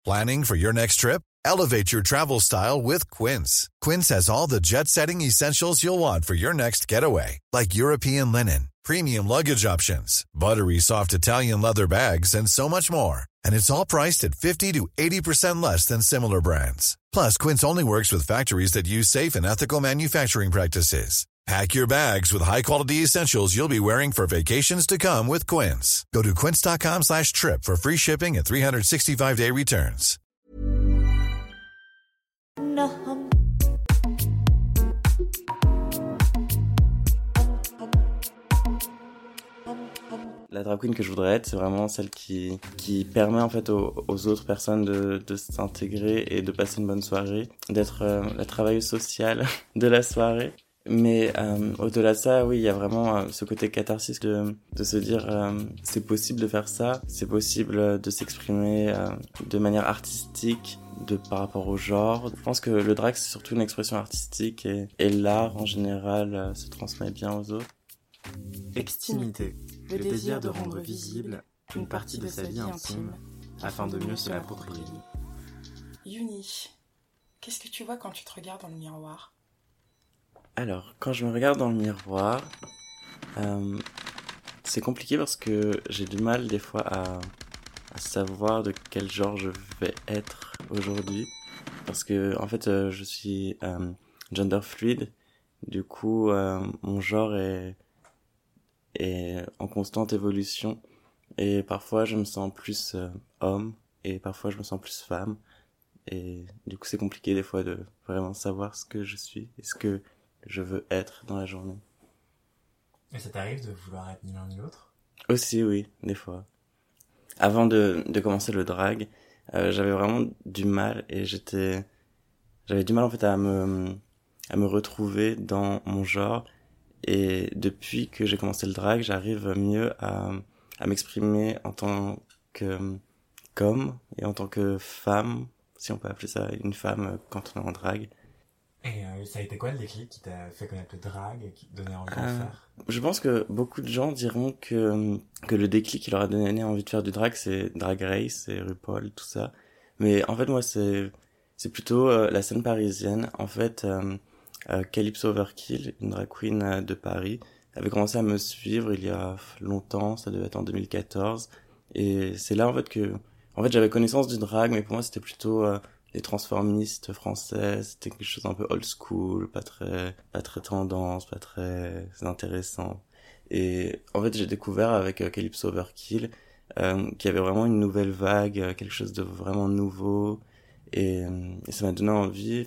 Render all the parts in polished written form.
Planning for your next trip? Elevate your travel style with Quince. Quince has all the jet-setting essentials you'll want for your next getaway, like European linen, premium luggage options, buttery soft Italian leather bags, and so much more. And it's all priced at 50 to 80% less than similar brands. Plus, Quince only works with factories that use safe and ethical manufacturing practices. Pack your bags with high-quality essentials you'll be wearing for vacations to come with Quince. Go to quince.com/trip for free shipping and 365-day returns. La drag queen que je voudrais être, c'est vraiment celle qui permet en fait aux autres personnes de s'intégrer et de passer une bonne soirée, d'être la travailleuse sociale de la soirée. Mais au-delà de ça, oui, il y a vraiment ce côté catharsis de se dire c'est possible de faire ça, c'est possible de s'exprimer de manière artistique par rapport au genre. Je pense que le drag, c'est surtout une expression artistique et l'art en général se transmet bien aux autres. Extimité, le désir de rendre visible une partie de sa vie intime afin de mieux se l'approprier. Yuni, qu'est-ce que tu vois quand tu te regardes dans le miroir ? Alors, quand je me regarde dans le miroir, c'est compliqué parce que j'ai du mal des fois à savoir de quel genre je vais être aujourd'hui. Parce que, en fait, je suis gender fluide. Du coup, mon genre est en constante évolution. Et parfois, je me sens plus homme et parfois, je me sens plus femme. Et du coup, c'est compliqué des fois de vraiment savoir ce que je suis et ce que je veux être dans la journée. Et ça t'arrive de vouloir être ni l'un ni l'autre ? Aussi, oui, des fois. Avant de commencer le drag, j'avais vraiment du mal et j'avais du mal en fait à me retrouver dans mon genre. Et depuis que j'ai commencé le drag, j'arrive mieux à m'exprimer en tant qu'homme et en tant que femme, si on peut appeler ça une femme quand on est en drag. Et ça a été quoi le déclic qui t'a fait connaître le drag et qui te donnait envie de le faire ? Je pense que beaucoup de gens diront que le déclic qui leur a donné envie de faire du drag, c'est Drag Race, c'est RuPaul, tout ça. Mais en fait, moi, c'est plutôt la scène parisienne. En fait, Calypso Overkill, une drag queen de Paris, avait commencé à me suivre il y a longtemps, ça devait être en 2014. Et c'est là, en fait, j'avais connaissance du drag, mais pour moi, c'était plutôt les transformistes français, c'était quelque chose un peu old school, pas très tendance, pas très intéressant. Et en fait, j'ai découvert avec Calypso Overkill qu'il y avait vraiment une nouvelle vague, quelque chose de vraiment nouveau, et ça m'a donné envie.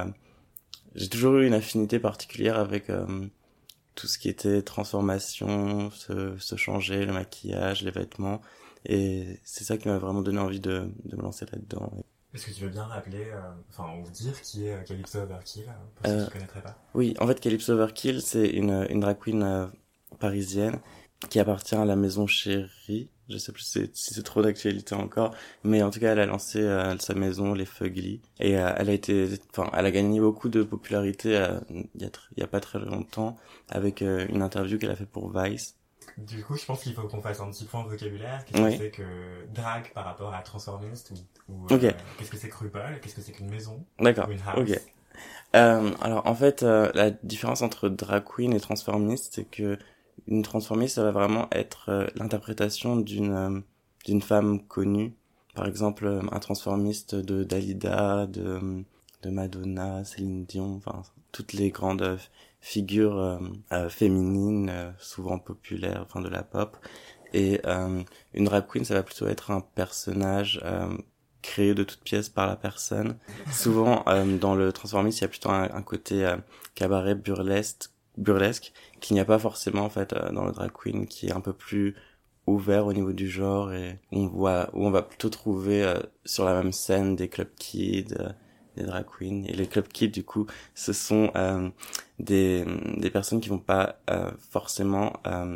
J'ai toujours eu une affinité particulière avec tout ce qui était transformation, se changer, le maquillage, les vêtements, et c'est ça qui m'a vraiment donné envie de me lancer là-dedans. Est-ce que tu veux bien rappeler, ou dire qui est Calypso Overkill, pour ceux qui ne connaîtraient pas ? Oui, en fait, Calypso Overkill, c'est une drag queen parisienne qui appartient à la Maison Chérie. Je sais plus si c'est trop d'actualité encore, mais en tout cas, elle a lancé sa maison, les Fugly, et elle a gagné beaucoup de popularité il y a pas très longtemps avec une interview qu'elle a fait pour Vice. Du coup, je pense qu'il faut qu'on fasse un petit point de vocabulaire. Qu'est-ce que c'est que drag par rapport à transformiste ou qu'est-ce que c'est que RuPaul ? Qu'est-ce que c'est qu'une maison ? D'accord. Ou une house ? Ok. Alors en fait, la différence entre drag queen et transformiste, c'est que une transformiste, ça va vraiment être l'interprétation d'une femme connue. Par exemple, un transformiste de Dalida, de Madonna, Céline Dion, enfin toutes les grandes figures féminines, souvent populaires, de la pop. Et une drag queen, ça va plutôt être un personnage créé de toutes pièces par la personne. Souvent, dans le transformisme, il y a plutôt un côté cabaret burlesque qu'il n'y a pas forcément en fait dans le drag queen, qui est un peu plus ouvert au niveau du genre, et où on va plutôt trouver sur la même scène des club kids, des drag queens. Et les club kids, du coup, ce sont des personnes qui vont pas forcément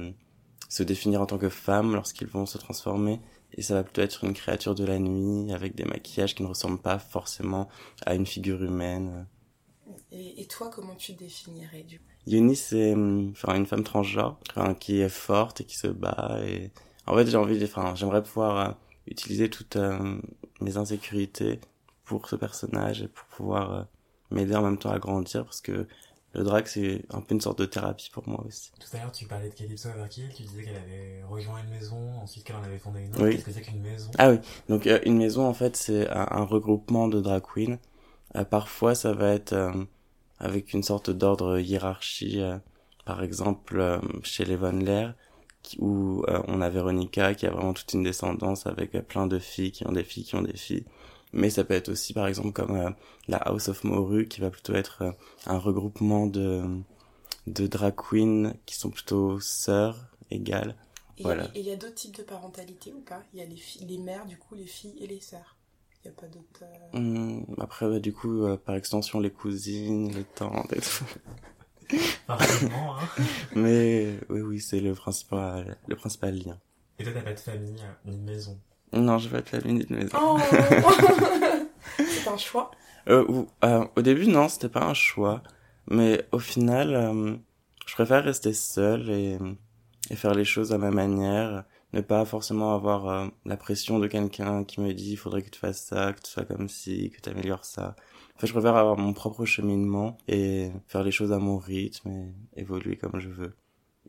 se définir en tant que femmes lorsqu'ils vont se transformer, et ça va plutôt être une créature de la nuit avec des maquillages qui ne ressemblent pas forcément à une figure humaine. Et toi, comment tu te définirais du coup ? Yoni, c'est une femme transgenre qui est forte et qui se bat, et en fait j'aimerais pouvoir utiliser toute mes insécurités pour ce personnage et pour pouvoir m'aider en même temps à grandir, parce que le drag, c'est un peu une sorte de thérapie pour moi aussi. Tout à l'heure, tu parlais de Calypso Overkill, tu disais qu'elle avait rejoint une maison, ensuite qu'elle en avait fondé une autre. Oui. Qu'est-ce que c'est qu'une maison? Ah oui, donc une maison, en fait, c'est un regroupement de drag queens. Parfois, ça va être avec une sorte d'ordre hiérarchie, par exemple, chez les Von Leer, où on a Véronica, qui a vraiment toute une descendance avec plein de filles qui ont des filles qui ont des filles. Mais ça peut être aussi, par exemple, comme la House of Moru, qui va plutôt être un regroupement de drag queens qui sont plutôt sœurs, égales. Et voilà. il y a d'autres types de parentalité ou pas? Il y a les mères, du coup, les filles et les sœurs. Il n'y a pas d'autres... Après, du coup, par extension, les cousines, les tantes et tout. Parfaitement, hein. Mais oui, c'est le principal lien. Et toi, t'as pas de famille, ni de maison? Non, j'ai pas de famille ni de maison. Oh c'est un choix? Au début, non, c'était pas un choix. Mais au final, je préfère rester seule et faire les choses à ma manière. Ne pas forcément avoir la pression de quelqu'un qui me dit « il faudrait que tu fasses ça, que tu sois comme ci, que tu améliores ça ». En fait, je préfère avoir mon propre cheminement et faire les choses à mon rythme et évoluer comme je veux.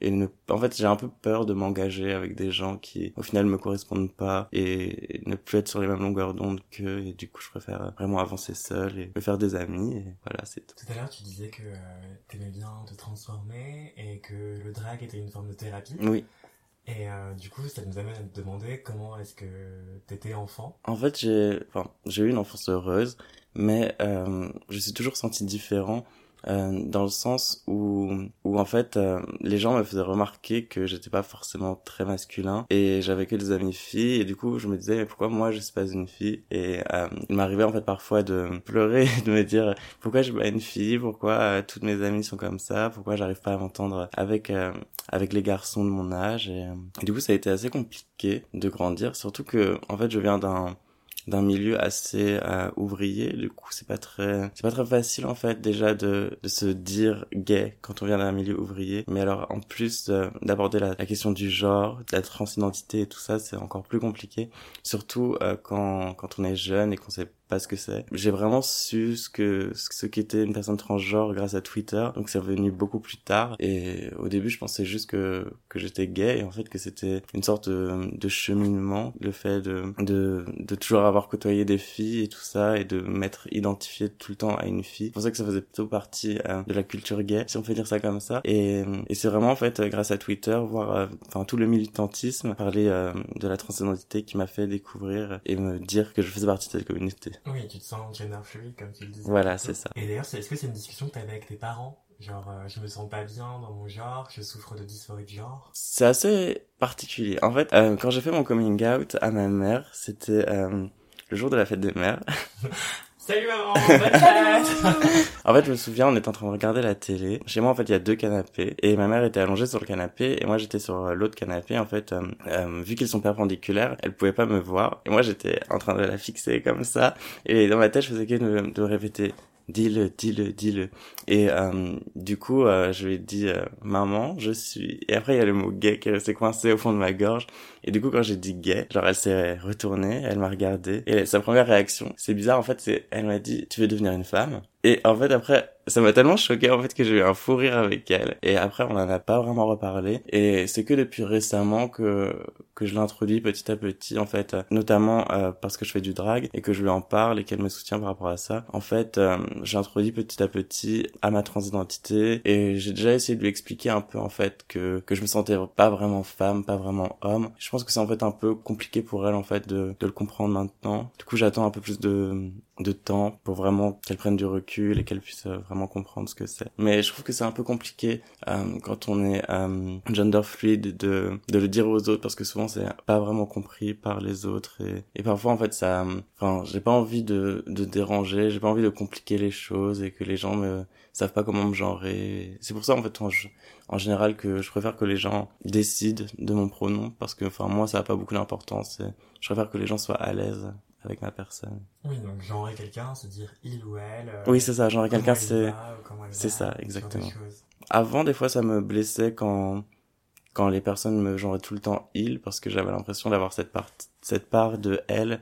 En fait, j'ai un peu peur de m'engager avec des gens qui, au final, me correspondent pas et ne plus être sur les mêmes longueurs d'onde qu'eux. Et du coup, je préfère vraiment avancer seul et me faire des amis. Et voilà, c'est tout. Tout à l'heure, tu disais que t'aimais bien te transformer et que le drag était une forme de thérapie. Oui. Et du coup, ça nous amène à te demander comment est-ce que t'étais enfant. En fait, j'ai eu une enfance heureuse, mais je suis toujours senti différent. Dans le sens où en fait les gens me faisaient remarquer que j'étais pas forcément très masculin et j'avais que des amis filles et du coup je me disais mais pourquoi moi je suis pas une fille et il m'arrivait en fait parfois de pleurer de me dire pourquoi je suis pas une fille, pourquoi toutes mes amies sont comme ça, pourquoi j'arrive pas à m'entendre avec les garçons de mon âge et du coup ça a été assez compliqué de grandir, surtout que en fait je viens d'un milieu assez ouvrier, du coup c'est pas très facile en fait déjà de se dire gay quand on vient d'un milieu ouvrier, mais alors en plus d'aborder la question du genre, de la transidentité et tout ça, c'est encore plus compliqué, surtout quand on est jeune et qu'on sait pas ce que c'est. J'ai vraiment su ce qu'était une personne transgenre grâce à Twitter, donc c'est revenu beaucoup plus tard et au début je pensais juste que j'étais gay et en fait que c'était une sorte de cheminement, le fait de toujours avoir côtoyé des filles et tout ça et de m'être identifié tout le temps à une fille. C'est pour ça que ça faisait plutôt partie de la culture gay, si on peut dire ça comme ça, et c'est vraiment en fait grâce à Twitter, voir tout le militantisme, parler de la transidentité qui m'a fait découvrir et me dire que je faisais partie de cette communauté. Oui, tu te sens gender fluid, comme tu le disais. Voilà, c'est ça. Et d'ailleurs, est-ce que c'est une discussion que t'avais avec tes parents? Genre, je me sens pas bien dans mon genre, je souffre de dysphorie de genre. C'est assez particulier. En fait, quand j'ai fait mon coming out à ma mère, c'était le jour de la fête des mères. Salut maman, bonne fête. En fait, je me souviens, on était en train de regarder la télé. Chez moi, en fait, il y a 2 canapés. Et ma mère était allongée sur le canapé. Et moi, j'étais sur l'autre canapé. En fait, vu qu'ils sont perpendiculaires, elle pouvait pas me voir. Et moi, j'étais en train de la fixer comme ça. Et dans ma tête, je faisais que de répéter « Dis-le, dis-le, dis-le ». Et du coup, je lui ai dit « Maman, je suis... » Et après, il y a le mot « gay » qui est resté coincé au fond de ma gorge. Et du coup, quand j'ai dit « gay », genre, elle s'est retournée, elle m'a regardé. Et sa première réaction, c'est bizarre, en fait, elle m'a dit « Tu veux devenir une femme ?» Et en fait, après, ça m'a tellement choqué, en fait, que j'ai eu un fou rire avec elle. Et après, on en a pas vraiment reparlé. Et c'est que depuis récemment que je l'introduis petit à petit, en fait, notamment parce que je fais du drag et que je lui en parle et qu'elle me soutient par rapport à ça. En fait, j'introduis petit à petit à ma transidentité et j'ai déjà essayé de lui expliquer un peu, en fait, que je me sentais pas vraiment femme, pas vraiment homme. Je pense que c'est en fait un peu compliqué pour elle, en fait, de le comprendre maintenant. Du coup, j'attends un peu plus de temps pour vraiment qu'elle prenne du recul et qu'elle puisse vraiment comprendre ce que c'est. Mais je trouve que c'est un peu compliqué quand on est gender fluid de le dire aux autres parce que souvent c'est pas vraiment compris par les autres et parfois en fait ça j'ai pas envie de déranger, j'ai pas envie de compliquer les choses et que les gens savent pas comment me genrer. C'est pour ça en fait en général que je préfère que les gens décident de mon pronom parce que moi ça a pas beaucoup d'importance et je préfère que les gens soient à l'aise avec ma personne. Oui, donc genrer quelqu'un, se dire il ou elle. Oui, c'est ça, genrer quelqu'un, c'est ça, exactement. Avant, des fois, ça me blessait quand les personnes me genraient tout le temps il, parce que j'avais l'impression d'avoir cette part de elle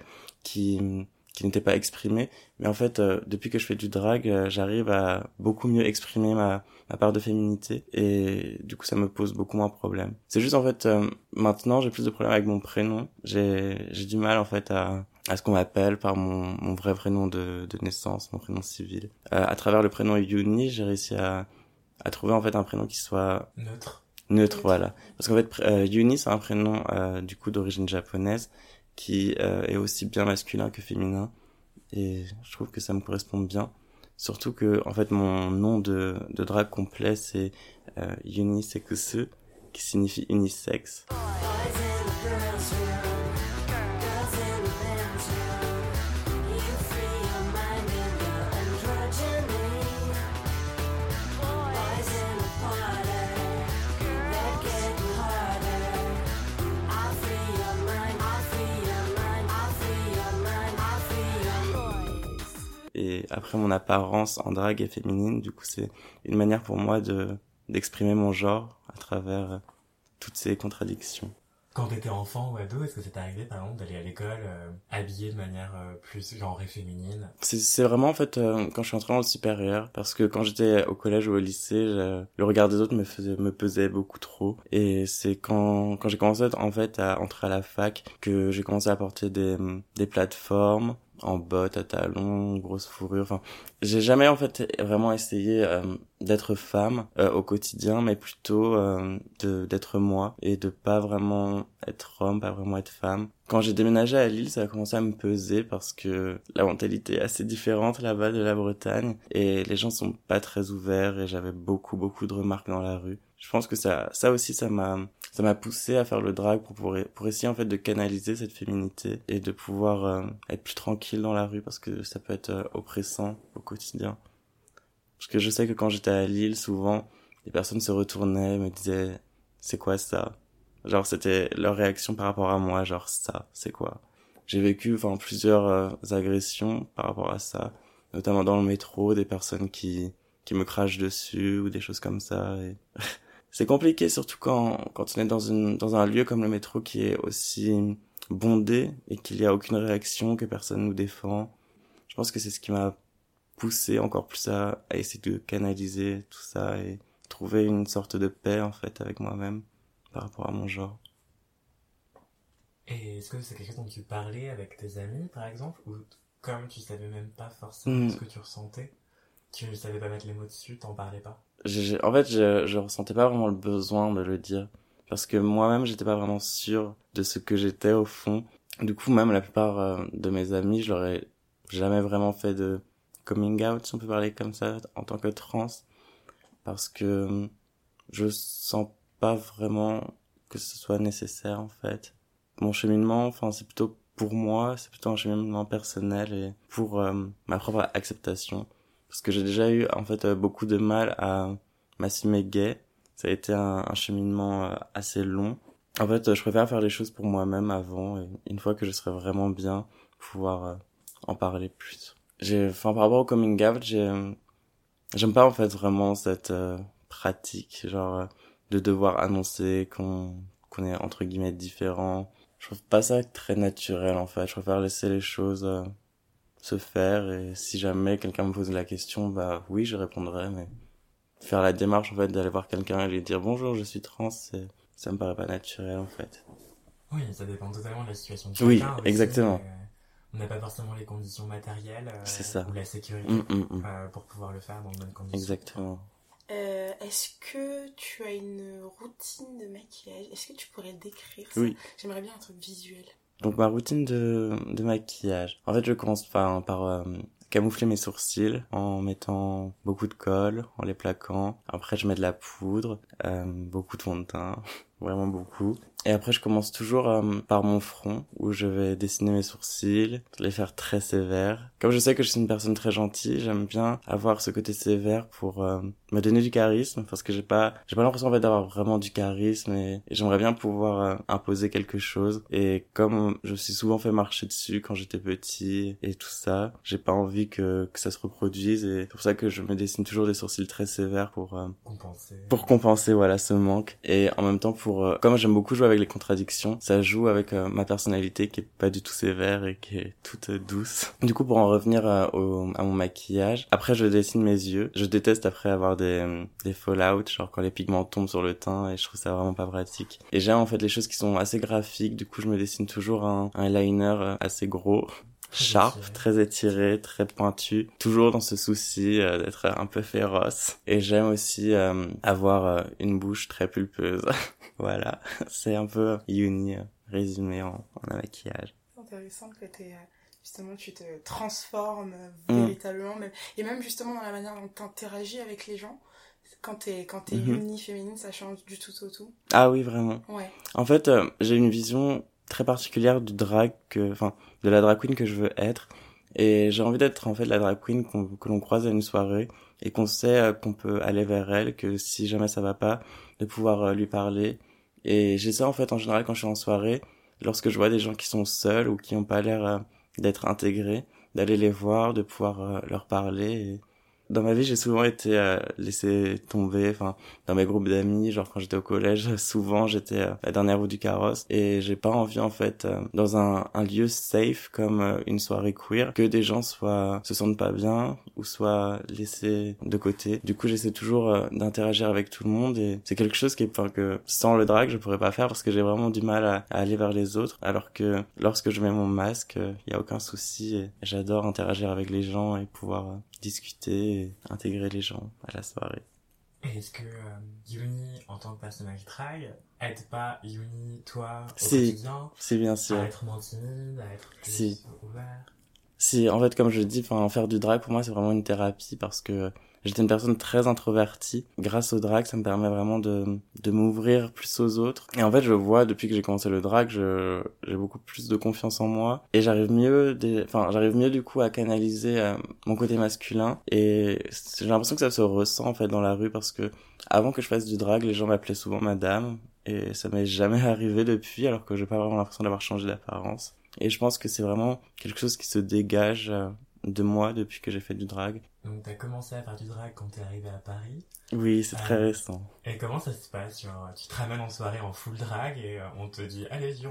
qui n'était pas exprimée. Mais en fait, depuis que je fais du drag, j'arrive à beaucoup mieux exprimer ma part de féminité. Et du coup, ça me pose beaucoup moins de problèmes. C'est juste, en fait, maintenant, j'ai plus de problèmes avec mon prénom. J'ai du mal, en fait, à ce qu'on m'appelle par mon vrai prénom de naissance, mon prénom civil. À travers le prénom Yuni, j'ai réussi à trouver, en fait, un prénom qui soit... Neutre, voilà. Parce qu'en fait, Yuni, c'est un prénom, du coup, d'origine japonaise, qui est aussi bien masculin que féminin, et je trouve que ça me correspond bien, surtout que en fait mon nom de drag complet c'est Uniseksu, qui signifie unisexe. Et après, mon apparence en drague est féminine. Du coup, c'est une manière pour moi d'exprimer mon genre à travers toutes ces contradictions. Quand t'étais enfant ou ado, est-ce que c'est arrivé, par exemple, d'aller à l'école habillée de manière plus genrée féminine? C'est vraiment, en fait, quand je suis entré dans le supérieur, parce que quand j'étais au collège ou au lycée, le regard des autres me pesait beaucoup trop. Et c'est quand j'ai commencé, en fait, à entrer à la fac, que j'ai commencé à porter des plateformes, en bottes, à talons, grosse fourrure, enfin, j'ai jamais en fait vraiment essayé d'être femme au quotidien, mais plutôt d'être moi et de pas vraiment être homme, pas vraiment être femme. Quand j'ai déménagé à Lille, ça a commencé à me peser parce que la mentalité est assez différente là-bas de la Bretagne et les gens sont pas très ouverts et j'avais beaucoup de remarques dans la rue. Je pense que ça aussi ça m'a poussé à faire le drag pour essayer en fait de canaliser cette féminité et de pouvoir être plus tranquille dans la rue parce que ça peut être oppressant au quotidien. Parce que je sais que quand j'étais à Lille, souvent les personnes se retournaient, me disaient c'est quoi ça? Genre c'était leur réaction par rapport à moi, genre ça, c'est quoi? J'ai vécu plusieurs agressions par rapport à ça, notamment dans le métro, des personnes qui me crachent dessus ou des choses comme ça et c'est compliqué, surtout quand on est dans un lieu comme le métro qui est aussi bondé et qu'il y a aucune réaction, que personne nous défend. Je pense que c'est ce qui m'a poussé encore plus à essayer de canaliser tout ça et trouver une sorte de paix, en fait, avec moi-même par rapport à mon genre. Et est-ce que c'est quelque chose dont tu parlais avec tes amis, par exemple, ou comme tu savais même pas forcément ce que tu ressentais, tu ne savais pas mettre les mots dessus, t'en parlais pas? En fait, je ressentais pas vraiment le besoin de le dire. Parce que moi-même, j'étais pas vraiment sûr de ce que j'étais au fond. Du coup, même la plupart de mes amis, je leur ai jamais vraiment fait de coming out, si on peut parler comme ça, en tant que trans. Parce que je sens pas vraiment que ce soit nécessaire, en fait. Mon cheminement, c'est plutôt pour moi, c'est plutôt un cheminement personnel et pour ma propre acceptation. Parce que j'ai déjà eu en fait beaucoup de mal à m'assumer gay. Ça a été un cheminement assez long. En fait, je préfère faire les choses pour moi-même avant et une fois que je serai vraiment bien, pouvoir en parler plus. Par rapport au coming out, j'aime pas en fait vraiment cette pratique genre de devoir annoncer qu'on est entre guillemets différent. Je trouve pas ça très naturel en fait. Je préfère laisser les choses se faire et si jamais quelqu'un me pose la question, bah oui, je répondrai, mais faire la démarche en fait d'aller voir quelqu'un et lui dire bonjour, je suis trans, ça me paraît pas naturel en fait. Oui, ça dépend totalement de la situation de chacun. Oui, exactement. On n'a pas forcément les conditions matérielles c'est ça. ou la sécurité pour pouvoir le faire dans de bonnes conditions. Exactement. Est-ce que tu as une routine de maquillage? Est-ce que tu pourrais décrire ça? Oui. J'aimerais bien un truc visuel. Donc ma routine de maquillage. En fait, je commence par camoufler mes sourcils en mettant beaucoup de colle, en les plaquant. Après, je mets de la poudre, beaucoup de fond de teint, vraiment beaucoup. Et après, je commence toujours par mon front, où je vais dessiner mes sourcils, les faire très sévères. Comme je sais que je suis une personne très gentille, j'aime bien avoir ce côté sévère pour me donner du charisme, parce que j'ai pas l'impression en fait d'avoir vraiment du charisme et j'aimerais bien pouvoir imposer quelque chose. Et comme je me suis souvent fait marcher dessus quand j'étais petit et tout ça, j'ai pas envie que ça se reproduise et c'est pour ça que je me dessine toujours des sourcils très sévères pour compenser voilà ce manque et en même temps comme j'aime beaucoup jouer avec les contradictions, ça joue avec ma personnalité qui est pas du tout sévère et qui est toute douce. Du coup, pour en revenir à mon maquillage, après je dessine mes yeux. Je déteste après avoir des fallouts, genre quand les pigments tombent sur le teint, et je trouve ça vraiment pas pratique. Et j'aime en fait les choses qui sont assez graphiques, du coup je me dessine toujours un liner assez gros, sharp, très étiré, très pointu, toujours dans ce souci d'être un peu féroce. Et j'aime aussi avoir une bouche très pulpeuse. Voilà, c'est un peu Uni résumé en un maquillage. C'est intéressant que justement tu te transformes véritablement, même, et même justement dans la manière dont tu interagis avec les gens. Quand t'es uni féminine, ça change du tout au tout. Ah oui, vraiment. Ouais. En fait, j'ai une vision très particulière du drag de la drag queen que je veux être. Et j'ai envie d'être en fait la drag queen que l'on croise à une soirée et qu'on sait qu'on peut aller vers elle, que si jamais ça va pas, de pouvoir lui parler. Et j'ai ça en fait en général quand je suis en soirée, lorsque je vois des gens qui sont seuls ou qui ont pas l'air d'être intégrés, d'aller les voir, de pouvoir leur parler. Et dans ma vie, j'ai souvent été laissé tomber, dans mes groupes d'amis, genre quand j'étais au collège, souvent j'étais la dernière roue du carrosse, et j'ai pas envie en fait dans un lieu safe comme une soirée queer que des gens se sentent pas bien ou soient laissés de côté. Du coup, j'essaie toujours d'interagir avec tout le monde, et c'est quelque chose que sans le drag, je pourrais pas faire parce que j'ai vraiment du mal à aller vers les autres, alors que lorsque je mets mon masque, y a aucun souci, et j'adore interagir avec les gens et pouvoir discuter et intégrer les gens à la soirée. Et est-ce que Uni, en tant que personnage drag, aide pas Uni, toi, au quotidien, si, bien sûr, à être moins timide, à être plus ouvert? Si, en fait, comme je le dis, faire du drag, pour moi, c'est vraiment une thérapie parce que j'étais une personne très introvertie. Grâce au drag, ça me permet vraiment de m'ouvrir plus aux autres. Et en fait, je vois, depuis que j'ai commencé le drag, j'ai beaucoup plus de confiance en moi. Et j'arrive mieux du coup à canaliser mon côté masculin. Et j'ai l'impression que ça se ressent, en fait, dans la rue parce que avant que je fasse du drag, les gens m'appelaient souvent madame. Et ça m'est jamais arrivé depuis, alors que j'ai pas vraiment l'impression d'avoir changé d'apparence. Et je pense que c'est vraiment quelque chose qui se dégage de moi depuis que j'ai fait du drag. Donc t'as commencé à faire du drag quand t'es arrivé à Paris. Oui, c'est très récent. Et comment ça se passe? Genre, tu te ramènes en soirée en full drag et on te dit allez viens.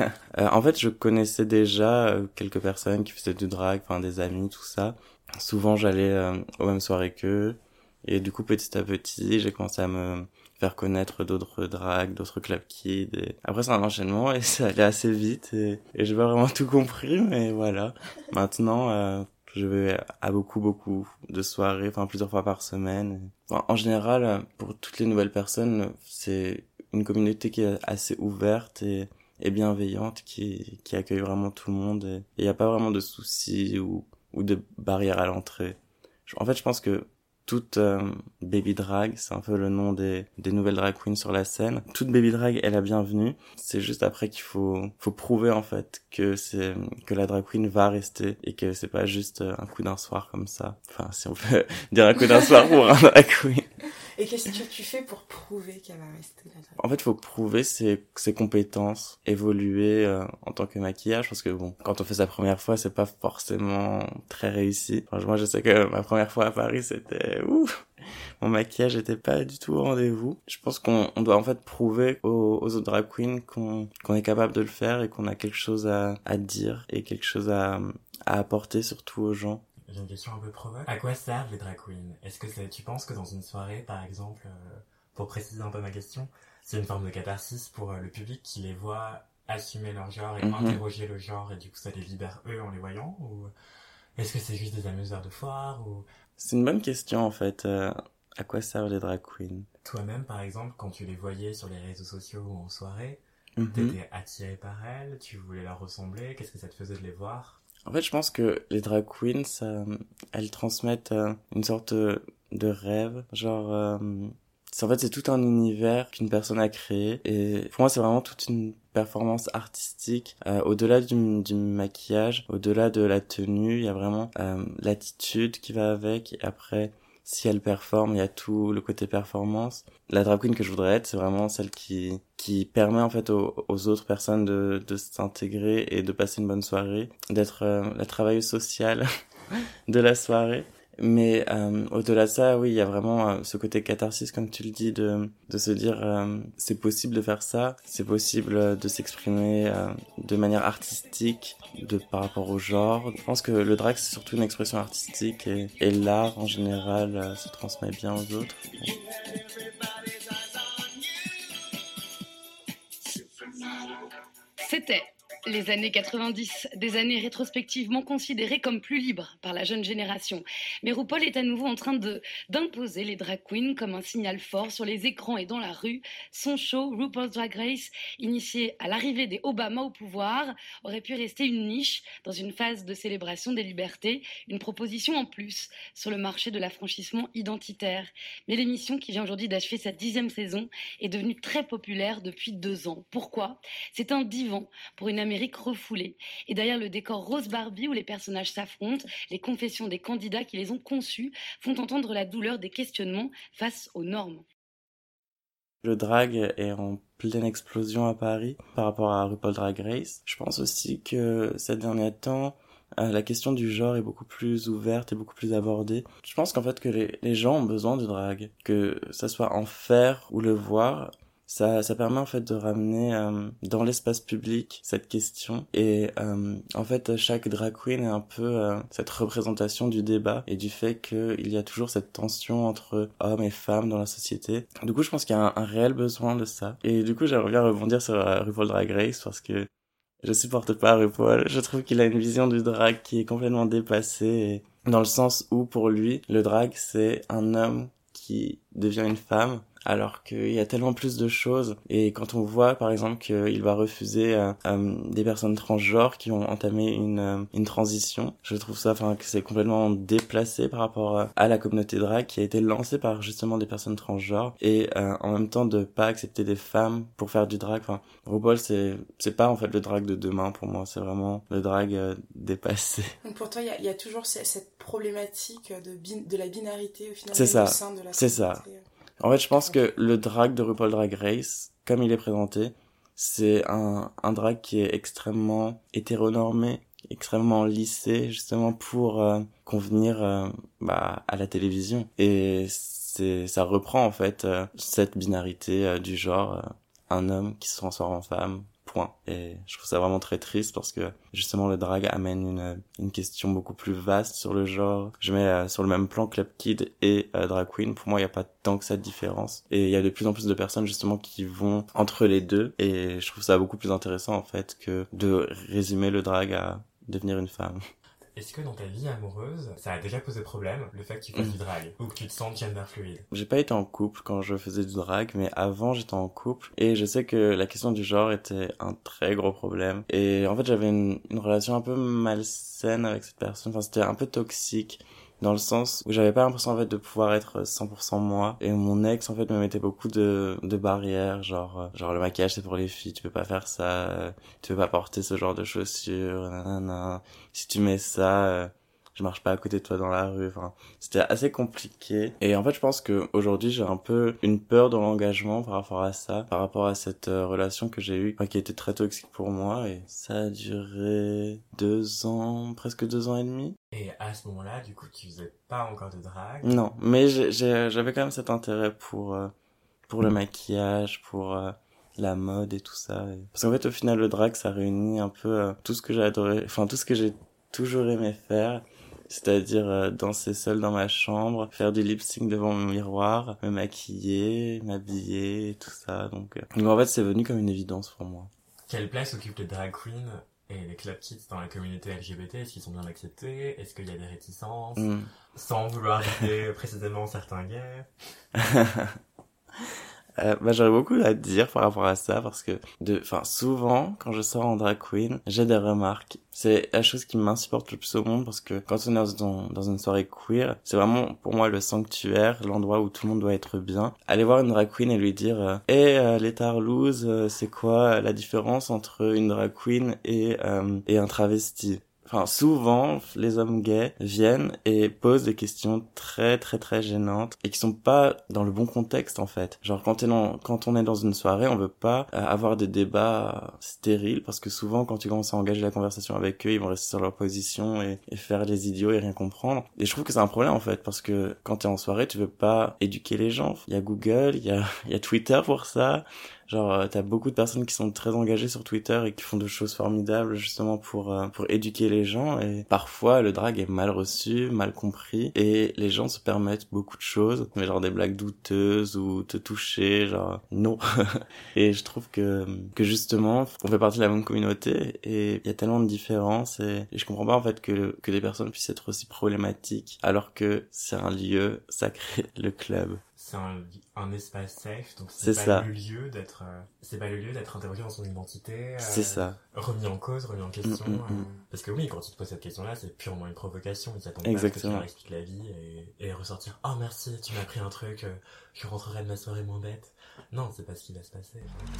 En fait, je connaissais déjà quelques personnes qui faisaient du drag, des amis, tout ça. Souvent, j'allais aux mêmes soirées qu'eux. Et du coup, petit à petit, j'ai commencé à me faire connaître d'autres drags, d'autres club kids. Et après, c'est un enchaînement et ça allait assez vite. Et j'ai pas vraiment tout compris, mais voilà. Maintenant, je vais à beaucoup de soirées, plusieurs fois par semaine. En général, pour toutes les nouvelles personnes, c'est une communauté qui est assez ouverte et bienveillante, qui accueille vraiment tout le monde. Et il n'y a pas vraiment de soucis ou de barrières à l'entrée. En fait, je pense que toute baby drag, c'est un peu le nom des nouvelles drag queens sur la scène. Toute baby drag est la bienvenue. C'est juste après qu'il faut prouver en fait que la drag queen va rester et que c'est pas juste un coup d'un soir comme ça. Enfin, si on peut dire un coup d'un soir pour un drag queen. Et qu'est-ce que tu fais pour prouver qu'elle va rester la drag queen? En fait, il faut prouver ses compétences, évoluer en tant que maquillage, parce que quand on fait sa première fois, c'est pas forcément très réussi. Moi, je sais que ma première fois à Paris, c'était mon maquillage était pas du tout au rendez-vous. Je pense qu'on doit en fait prouver aux autres drag queens qu'on est capable de le faire et qu'on a quelque chose à dire et quelque chose à apporter surtout aux gens. J'ai une question un peu provoque. À quoi servent les drag queens? Est-ce que tu penses que dans une soirée, par exemple, pour préciser un peu ma question, c'est une forme de catharsis pour le public qui les voit assumer leur genre et interroger le genre et du coup ça les libère eux en les voyant, ou est-ce que c'est juste des amuseurs de foire ou... C'est une bonne question en fait. À quoi servent les drag queens? Toi-même, par exemple, quand tu les voyais sur les réseaux sociaux ou en soirée, t'étais attiré par elles, tu voulais leur ressembler, qu'est-ce que ça te faisait de les voir? En fait, je pense que les drag queens, elles transmettent une sorte de rêve. Genre, c'est tout un univers qu'une personne a créé. Et pour moi, c'est vraiment toute une performance artistique. Au-delà du maquillage, au-delà de la tenue, il y a vraiment l'attitude qui va avec. Et après, si elle performe, il y a tout le côté performance. La drag queen que je voudrais être, c'est vraiment celle qui permet en fait aux autres personnes de s'intégrer et de passer une bonne soirée, d'être la travailleuse sociale de la soirée. Mais au-delà de ça, oui, il y a vraiment ce côté catharsis, comme tu le dis, de se dire c'est possible de faire ça, c'est possible de s'exprimer de manière artistique par rapport au genre. Je pense que le drag, c'est surtout une expression artistique et l'art, en général, se transmet bien aux autres. C'était les années 90, des années rétrospectivement considérées comme plus libres par la jeune génération. Mais RuPaul est à nouveau en train d'imposer les drag queens comme un signal fort sur les écrans et dans la rue. Son show, RuPaul's Drag Race, initié à l'arrivée des Obama au pouvoir, aurait pu rester une niche dans une phase de célébration des libertés, une proposition en plus sur le marché de l'affranchissement identitaire. Mais l'émission qui vient aujourd'hui d'achever sa 10e saison est devenue très populaire depuis 2 ans. Pourquoi ? C'est un divan pour une Amérique refoulée. Et derrière le décor rose Barbie où les personnages s'affrontent, les confessions des candidats qui les ont conçus font entendre la douleur des questionnements face aux normes. Le drag est en pleine explosion à Paris par rapport à RuPaul Drag Race. Je pense aussi que ces derniers temps, la question du genre est beaucoup plus ouverte et beaucoup plus abordée. Je pense qu'en fait que les gens ont besoin de drag, que ça soit en faire ou le voir. Ça permet en fait de ramener dans l'espace public cette question et en fait chaque drag queen est un peu cette représentation du débat et du fait qu'il y a toujours cette tension entre hommes et femmes dans la société. Du coup je pense qu'il y a un réel besoin de ça et du coup j'aimerais bien rebondir sur RuPaul Drag Race parce que je supporte pas RuPaul. Je trouve qu'il a une vision du drag qui est complètement dépassée dans le sens où pour lui le drag c'est un homme qui devient une femme alors qu'il y a tellement plus de choses et quand on voit par exemple qu'il va refuser des personnes transgenres qui ont entamé une transition, je trouve ça que c'est complètement déplacé par rapport à la communauté drag qui a été lancée par justement des personnes transgenres et en même temps de pas accepter des femmes pour faire du drag. RuPaul c'est pas en fait le drag de demain pour moi, c'est vraiment le drag dépassé. Donc pour toi il y a toujours cette problématique de la binarité au final c'est ça, au sein de la c'est communauté. Ça. En fait, je pense que le drag de RuPaul Drag Race, comme il est présenté, c'est un drag qui est extrêmement hétéronormé, extrêmement lissé, justement pour convenir à la télévision. Et ça reprend en fait cette binarité du genre un homme qui se transforme en femme. Point. Et je trouve ça vraiment très triste parce que justement le drag amène une question beaucoup plus vaste sur le genre. Je mets sur le même plan Club Kid et Drag Queen. Pour moi, il n'y a pas tant que ça de différence. Et il y a de plus en plus de personnes justement qui vont entre les deux. Et je trouve ça beaucoup plus intéressant en fait que de résumer le drag à devenir une femme. Est-ce que dans ta vie amoureuse, ça a déjà posé problème, le fait que tu fasses du drag, ou que tu te sentes gender fluide? J'ai pas été en couple quand je faisais du drag, mais avant j'étais en couple, et je sais que la question du genre était un très gros problème. Et en fait j'avais une relation un peu malsaine avec cette personne, c'était un peu toxique. Dans le sens où j'avais pas l'impression en fait de pouvoir être 100% moi et mon ex en fait me mettait beaucoup de barrières genre le maquillage c'est pour les filles, tu peux pas faire ça, tu peux pas porter ce genre de chaussures, nanana. Si tu mets ça je marche pas à côté de toi dans la rue. C'était assez compliqué. Et en fait, je pense que aujourd'hui, j'ai un peu une peur de l'engagement par rapport à ça, par rapport à cette relation que j'ai eue, qui était très toxique pour moi. Et ça a duré 2 ans, presque 2 ans et demi. Et à ce moment-là, du coup, tu faisais pas encore de drague? Non, mais j'avais quand même cet intérêt pour le maquillage, pour la mode et tout ça. Parce qu'en fait, au final, le drag, ça réunit un peu tout ce que j'ai adoré, tout ce que j'ai toujours aimé faire. C'est-à-dire danser seule dans ma chambre, faire du lip-sync devant mon miroir, me maquiller, m'habiller et tout ça. Donc en fait, c'est venu comme une évidence pour moi. Quelle place occupent les drag queens et les club kids dans la communauté LGBT? Est-ce qu'ils sont bien acceptés? Est-ce qu'il y a des réticences? Sans vouloir citer précisément certains gays. J'aurais beaucoup à dire par rapport à ça parce que souvent quand je sors en drag queen j'ai des remarques. C'est la chose qui m'insupporte le plus au monde parce que quand on est dans une soirée queer, c'est vraiment pour moi le sanctuaire, l'endroit où tout le monde doit être bien. Aller voir une drag queen et lui dire les tarlouses, c'est quoi la différence entre une drag queen et un travesti? enfin souvent les hommes gays viennent et posent des questions très très très gênantes et qui sont pas dans le bon contexte en fait. Genre quand on est dans une soirée, on veut pas avoir des débats stériles parce que souvent quand tu commences à engager la conversation avec eux, ils vont rester sur leur position et faire les idiots et rien comprendre. Et je trouve que c'est un problème en fait parce que quand t'es en soirée, tu veux pas éduquer les gens. Il y a Google, il y a Twitter pour ça. Genre, t'as beaucoup de personnes qui sont très engagées sur Twitter et qui font de choses formidables justement pour éduquer les gens. Et parfois, le drag est mal reçu, mal compris, et les gens se permettent beaucoup de choses, mais genre des blagues douteuses ou te toucher, genre non. Et je trouve que justement, on fait partie de la même communauté et il y a tellement de différences et je comprends pas en fait que des personnes puissent être aussi problématiques alors que c'est un lieu sacré, le club. C'est un espace safe, donc c'est pas ça. le lieu d'être interrogé dans son identité, c'est ça. remis en cause, remis en question. Parce que oui, quand tu te poses cette question-là, c'est purement une provocation. Ils s'attendent pas à ce que tu leur expliques la vie et ressortir. Oh merci, tu m'as appris un truc, je rentrerai de ma soirée moins bête. Non, c'est pas ce qui va se passer.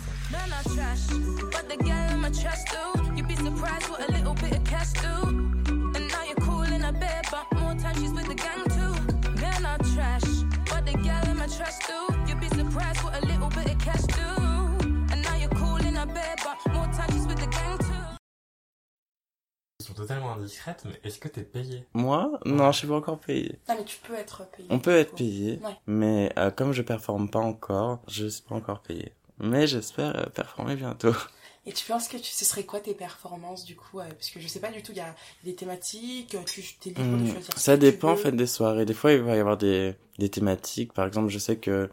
Ils sont totalement indiscrètes, mais est-ce que t'es payé? Moi? Non, je suis pas encore payé. Ah, mais tu peux être payé. On peut être payé, ouais. Mais comme je performe pas encore, je suis pas encore payé. Mais j'espère performer bientôt. Et tu penses que ce serait quoi tes performances du coup parce que je sais pas du tout, il y a des thématiques, t'es libre de choisir. Ça dépend en fait des soirées. Des fois il va y avoir des thématiques. Par exemple, je sais que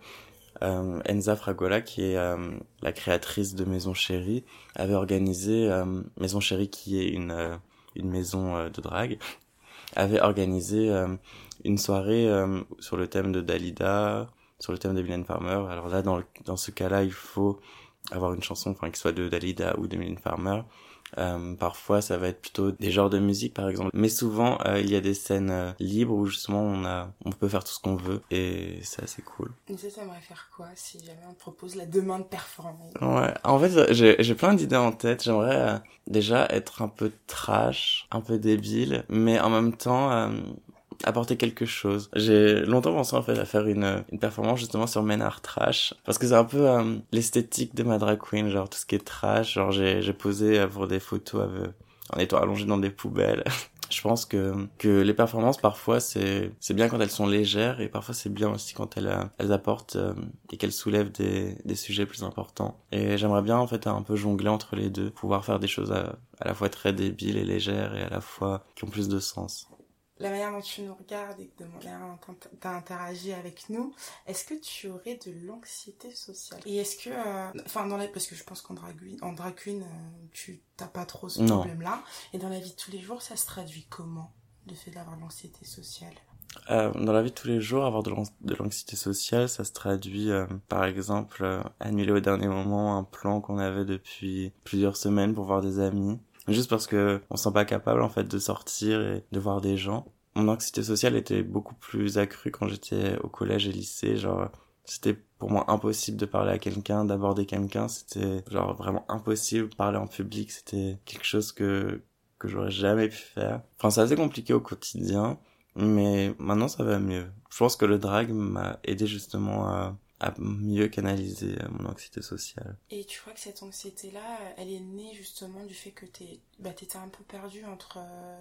Enza Fragola, qui est la créatrice de Maison Chérie, avait organisé Maison Chérie, qui est une maison de drague, avait organisé une soirée sur le thème de Dalida, sur le thème de Mylène Farmer. Alors là, dans ce cas-là, il faut avoir une chanson, enfin, qui soit de Dalida ou de Mylène Farmer. Parfois, ça va être plutôt des genres de musique, par exemple. Mais souvent, il y a des scènes libres où justement on peut faire tout ce qu'on veut et c'est assez cool. Et ça, t'aimerais faire quoi si jamais on te propose demain de performer? Ouais, en fait, j'ai plein d'idées en tête. J'aimerais déjà être un peu trash, un peu débile, mais en même temps apporter quelque chose. J'ai longtemps pensé en fait à faire une performance justement sur Men Are Trash parce que c'est un peu l'esthétique de ma drag queen, genre tout ce qui est trash. Genre j'ai posé pour des photos en étant allongé dans des poubelles. Je pense que les performances parfois c'est bien quand elles sont légères et parfois c'est bien aussi quand elles apportent et qu'elles soulèvent des sujets plus importants. Et j'aimerais bien en fait un peu jongler entre les deux, pouvoir faire des choses à la fois très débiles et légères et à la fois qui ont plus de sens. La manière dont tu nous regardes et de la manière dont tu as interagi avec nous, est-ce que tu aurais de l'anxiété sociale? Et est-ce que, parce que je pense qu'en drag queen, tu n'as pas trop ce problème-là. Et dans la vie de tous les jours, ça se traduit comment, le fait d'avoir de l'anxiété sociale? Dans la vie de tous les jours, avoir de l'anxiété sociale, ça se traduit, par exemple, annuler au dernier moment un plan qu'on avait depuis plusieurs semaines pour voir des amis. Juste parce que on se sent pas capable en fait de sortir et de voir des gens. Mon anxiété sociale était beaucoup plus accrue quand j'étais au collège et lycée. Genre c'était pour moi impossible de parler à quelqu'un, d'aborder quelqu'un. C'était genre vraiment impossible. Parler en public, c'était quelque chose que j'aurais jamais pu faire. Enfin, c'est assez compliqué au quotidien, mais maintenant ça va mieux. Je pense que le drag m'a aidé justement à mieux canaliser mon anxiété sociale. Et tu crois que cette anxiété-là, elle est née justement du fait que t'étais un peu perdu entre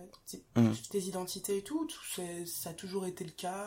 tes identités et tout ça a toujours été le cas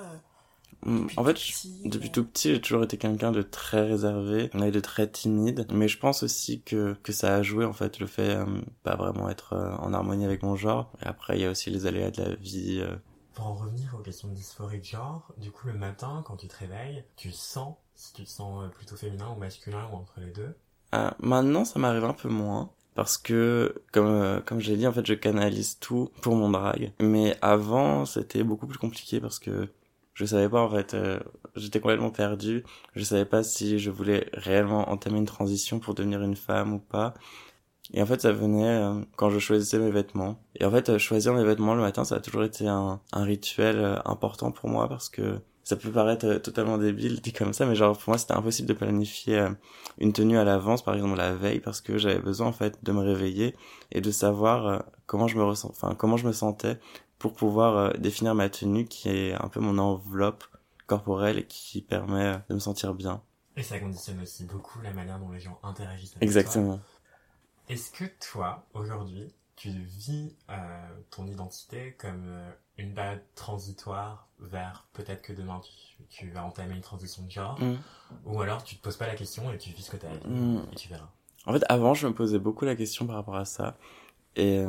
en fait, depuis tout petit, j'ai toujours été quelqu'un de très réservé et de très timide. Mais je pense aussi que ça a joué, en fait, le fait pas vraiment être en harmonie avec mon genre. Et après, il y a aussi les aléas de la vie. Pour en revenir aux questions de dysphorie de genre, du coup, le matin, quand tu te réveilles, si tu te sens plutôt féminin ou masculin ou entre les deux? Maintenant, ça m'arrive un peu moins. Parce que, comme j'ai dit, en fait, je canalise tout pour mon drag. Mais avant, c'était beaucoup plus compliqué parce que je savais pas, en fait, j'étais complètement perdu. Je savais pas si je voulais réellement entamer une transition pour devenir une femme ou pas. Et en fait, ça venait quand je choisissais mes vêtements. Et en fait, choisir mes vêtements le matin, ça a toujours été un rituel important pour moi parce que ça peut paraître totalement débile dit comme ça, mais genre pour moi c'était impossible de planifier une tenue à l'avance, par exemple la veille, parce que j'avais besoin en fait de me réveiller et de savoir comment je me sentais pour pouvoir définir ma tenue qui est un peu mon enveloppe corporelle et qui permet de me sentir bien. Et ça conditionne aussi beaucoup la manière dont les gens interagissent avec Exactement. toi. Est-ce que toi, aujourd'hui, tu vis ton identité comme une période transitoire vers peut-être que demain tu vas entamer une transition de genre, ou alors tu te poses pas la question et tu vis ce que t'as à vivre et tu verras. En fait, avant, je me posais beaucoup la question par rapport à ça, et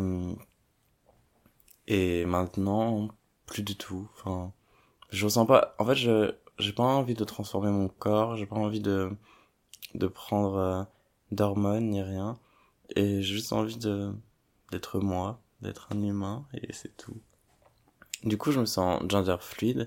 maintenant, plus du tout. Enfin, je ressens pas. En fait, j'ai pas envie de transformer mon corps, j'ai pas envie de prendre d'hormones ni rien, et j'ai juste envie d'être moi, d'être un humain, et c'est tout. Du coup, je me sens gender fluide.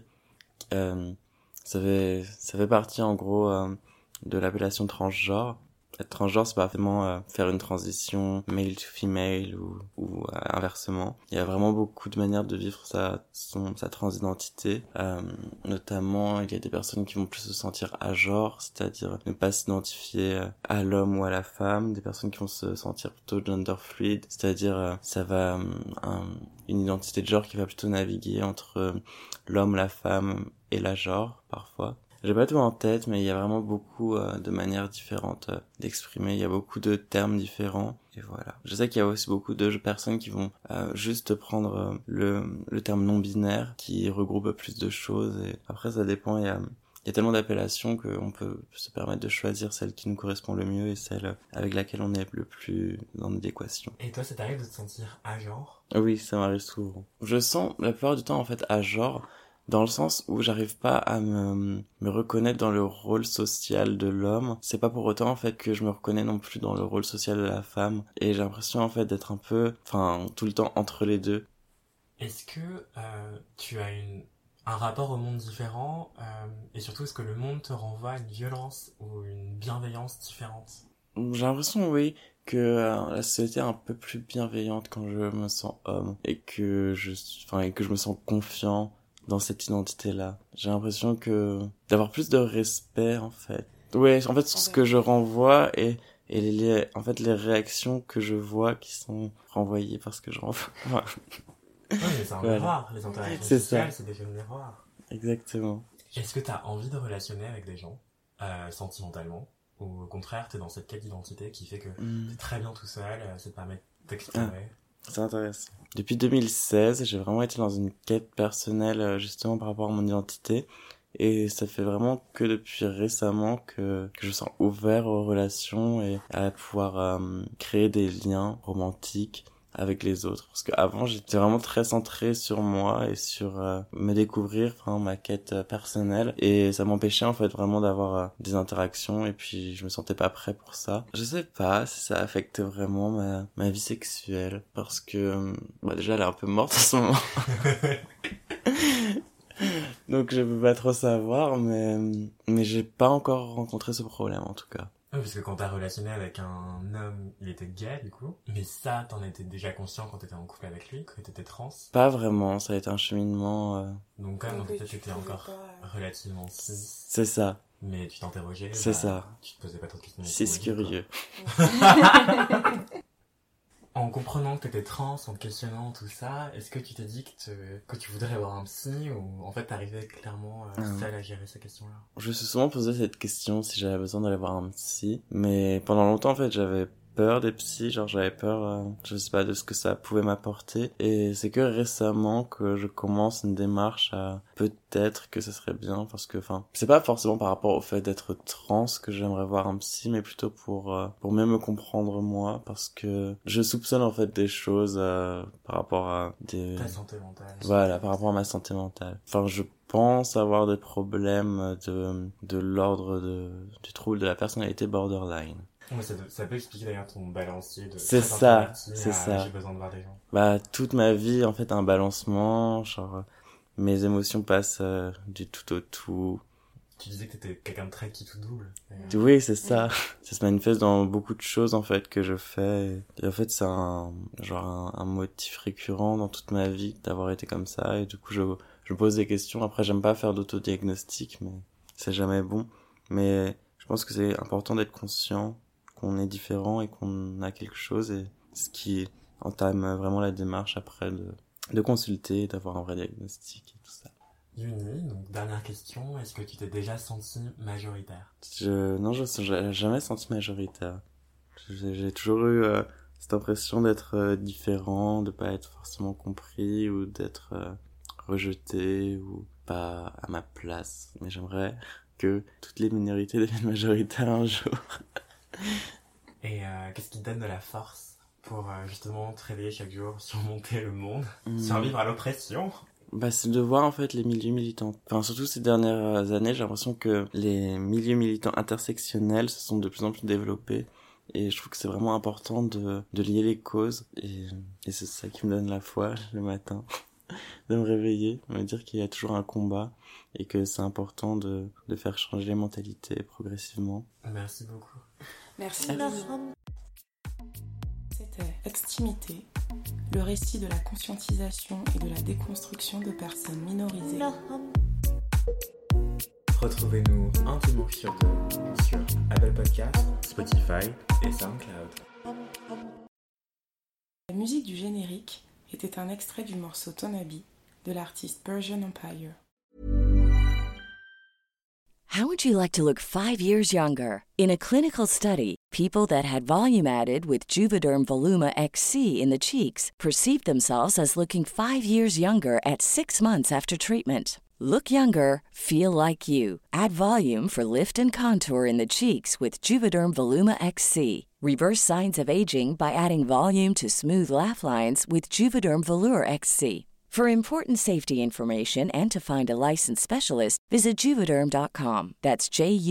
Ça fait partie en gros de l'appellation transgenre. Être transgenre, c'est pas vraiment faire une transition male to female ou inversement. Il y a vraiment beaucoup de manières de vivre sa transidentité. Notamment, il y a des personnes qui vont plus se sentir agenre, c'est-à-dire ne pas s'identifier à l'homme ou à la femme. Des personnes qui vont se sentir plutôt gender fluid, c'est-à-dire ça va une identité de genre qui va plutôt naviguer entre l'homme, la femme et la genre parfois. J'ai pas tout en tête, mais il y a vraiment beaucoup de manières différentes d'exprimer. Il y a beaucoup de termes différents. Et voilà. Je sais qu'il y a aussi beaucoup de personnes qui vont juste prendre le terme non-binaire, qui regroupe plus de choses. Et après, ça dépend. Il y a tellement d'appellations qu'on peut se permettre de choisir celle qui nous correspond le mieux et celle avec laquelle on est le plus en adéquation. Et toi, ça t'arrive de te sentir agenre ? Oui, ça m'arrive souvent. Je sens la plupart du temps en fait agenre, dans le sens où j'arrive pas à me reconnaître dans le rôle social de l'homme. C'est pas pour autant en fait que je me reconnais non plus dans le rôle social de la femme. Et j'ai l'impression en fait d'être un peu, tout le temps entre les deux. Est-ce que tu as un rapport au monde différent et surtout est-ce que le monde te renvoie à une violence ou une bienveillance différente ? J'ai l'impression, oui, que la société est un peu plus bienveillante quand je me sens homme et que je me sens confiant dans cette identité-là. J'ai l'impression d'avoir plus de respect, en fait. Ouais, en fait, ce que je renvoie et les réactions que je vois qui sont renvoyées parce que je renvoie. Oui, mais c'est un miroir. Les interactions sociales, c'est déjà un miroir. Exactement. Est-ce que t'as envie de relationner avec des gens, sentimentalement, ou au contraire, t'es dans cette quête d'identité qui fait que t'es très bien tout seul, ça te permet de t'exprimer? C'est intéressant. Depuis 2016, j'ai vraiment été dans une quête personnelle justement par rapport à mon identité. Et ça fait vraiment que depuis récemment que je me sens ouvert aux relations et à pouvoir créer des liens romantiques avec les autres. Parce qu'avant, j'étais vraiment très centré sur moi et sur me découvrir, ma quête personnelle. Et ça m'empêchait en fait vraiment d'avoir des interactions et puis je me sentais pas prêt pour ça. Je sais pas si ça affecte vraiment ma vie sexuelle parce que déjà elle est un peu morte en ce moment. Donc je peux pas trop savoir, mais j'ai pas encore rencontré ce problème en tout cas. Oui, parce que quand t'as relationné avec un homme, il était gay du coup. Mais ça, t'en étais déjà conscient quand t'étais en couple avec lui, que t'étais trans? Pas vraiment, ça a été un cheminement. Donc quand même, dans ta tête, t'étais encore relativement cis. C'est ça. Mais tu t'interrogeais. C'est ça. Tu te posais pas trop de questions. C'est curieux. En comprenant que t'étais trans, en te questionnant tout ça, est-ce que tu t'es dit que tu voudrais avoir un psy ou en fait t'arrivais clairement seule à gérer ces questions-là? Je me suis souvent posé cette question si j'avais besoin d'aller voir un psy, mais pendant longtemps en fait j'avais peur des psys, genre j'avais peur, je sais pas, de ce que ça pouvait m'apporter. Et c'est que récemment que je commence une démarche à peut-être que ce serait bien, parce que, c'est pas forcément par rapport au fait d'être trans que j'aimerais voir un psy, mais plutôt pour mieux me comprendre moi, parce que je soupçonne en fait des choses par rapport à ta santé mentale. Voilà, par rapport à ma santé mentale. Je pense avoir des problèmes de l'ordre du trouble de la personnalité borderline. Ouais, ça peut expliquer d'ailleurs ton balancier de c'est ça. J'ai besoin de voir des gens. Toute ma vie en fait un balancement, genre mes émotions passent du tout au tout Tu disais que t'étais quelqu'un de très qui tout double. Oui, c'est ça. Ça se manifeste dans beaucoup de choses, en fait, que je fais. Et en fait, c'est un motif récurrent dans toute ma vie d'avoir été comme ça. Et du coup, je me pose des questions. Après, j'aime pas faire d'autodiagnostic, mais c'est jamais bon. Mais je pense que c'est important d'être conscient qu'on est différent et qu'on a quelque chose, et ce qui entame vraiment la démarche après de consulter, d'avoir un vrai diagnostic et tout ça. Yuni, donc dernière question, est-ce que tu t'es déjà senti majoritaire? Non, je n'ai jamais senti majoritaire. J'ai toujours eu cette impression d'être différent, de pas être forcément compris, ou d'être rejeté, ou pas à ma place. Mais j'aimerais que toutes les minorités deviennent majoritaires un jour. Et qu'est-ce qui te donne de la force pour justement te réveiller chaque jour, surmonter le monde, survivre à l'oppression? C'est de voir en fait les milieux militants. Enfin, surtout ces dernières années, j'ai l'impression que les milieux militants intersectionnels se sont de plus en plus développés. Et je trouve que c'est vraiment important de lier les causes. Et c'est ça qui me donne la foi le matin. De me réveiller, me dire qu'il y a toujours un combat. Et que c'est important de faire changer les mentalités progressivement. Merci beaucoup. Merci. C'était Extimité, le récit de la conscientisation et de la déconstruction de personnes minorisées. Retrouvez-nous un dimanche sur 2 sur Apple Podcasts, Spotify et SoundCloud. La musique du générique était un extrait du morceau Tonabi de l'artiste Persian Empire. How would you like to look 5 years younger? In a clinical study, people that had volume added with Juvederm Voluma XC in the cheeks perceived themselves as looking 5 years younger at 6 months after treatment. Look younger, feel like you. Add volume for lift and contour in the cheeks with Juvederm Voluma XC. Reverse signs of aging by adding volume to smooth laugh lines with Juvederm Volure XC. For important safety information and to find a licensed specialist, visit Juvederm.com. That's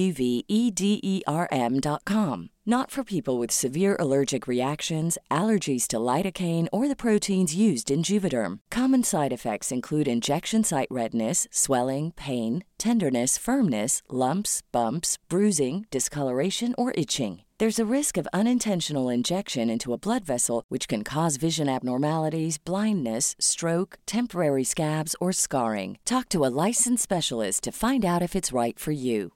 JUVEDERM.com. Not for people with severe allergic reactions, allergies to lidocaine, or the proteins used in Juvederm. Common side effects include injection site redness, swelling, pain, tenderness, firmness, lumps, bumps, bruising, discoloration, or itching. There's a risk of unintentional injection into a blood vessel, which can cause vision abnormalities, blindness, stroke, temporary scabs, or scarring. Talk to a licensed specialist to find out if it's right for you.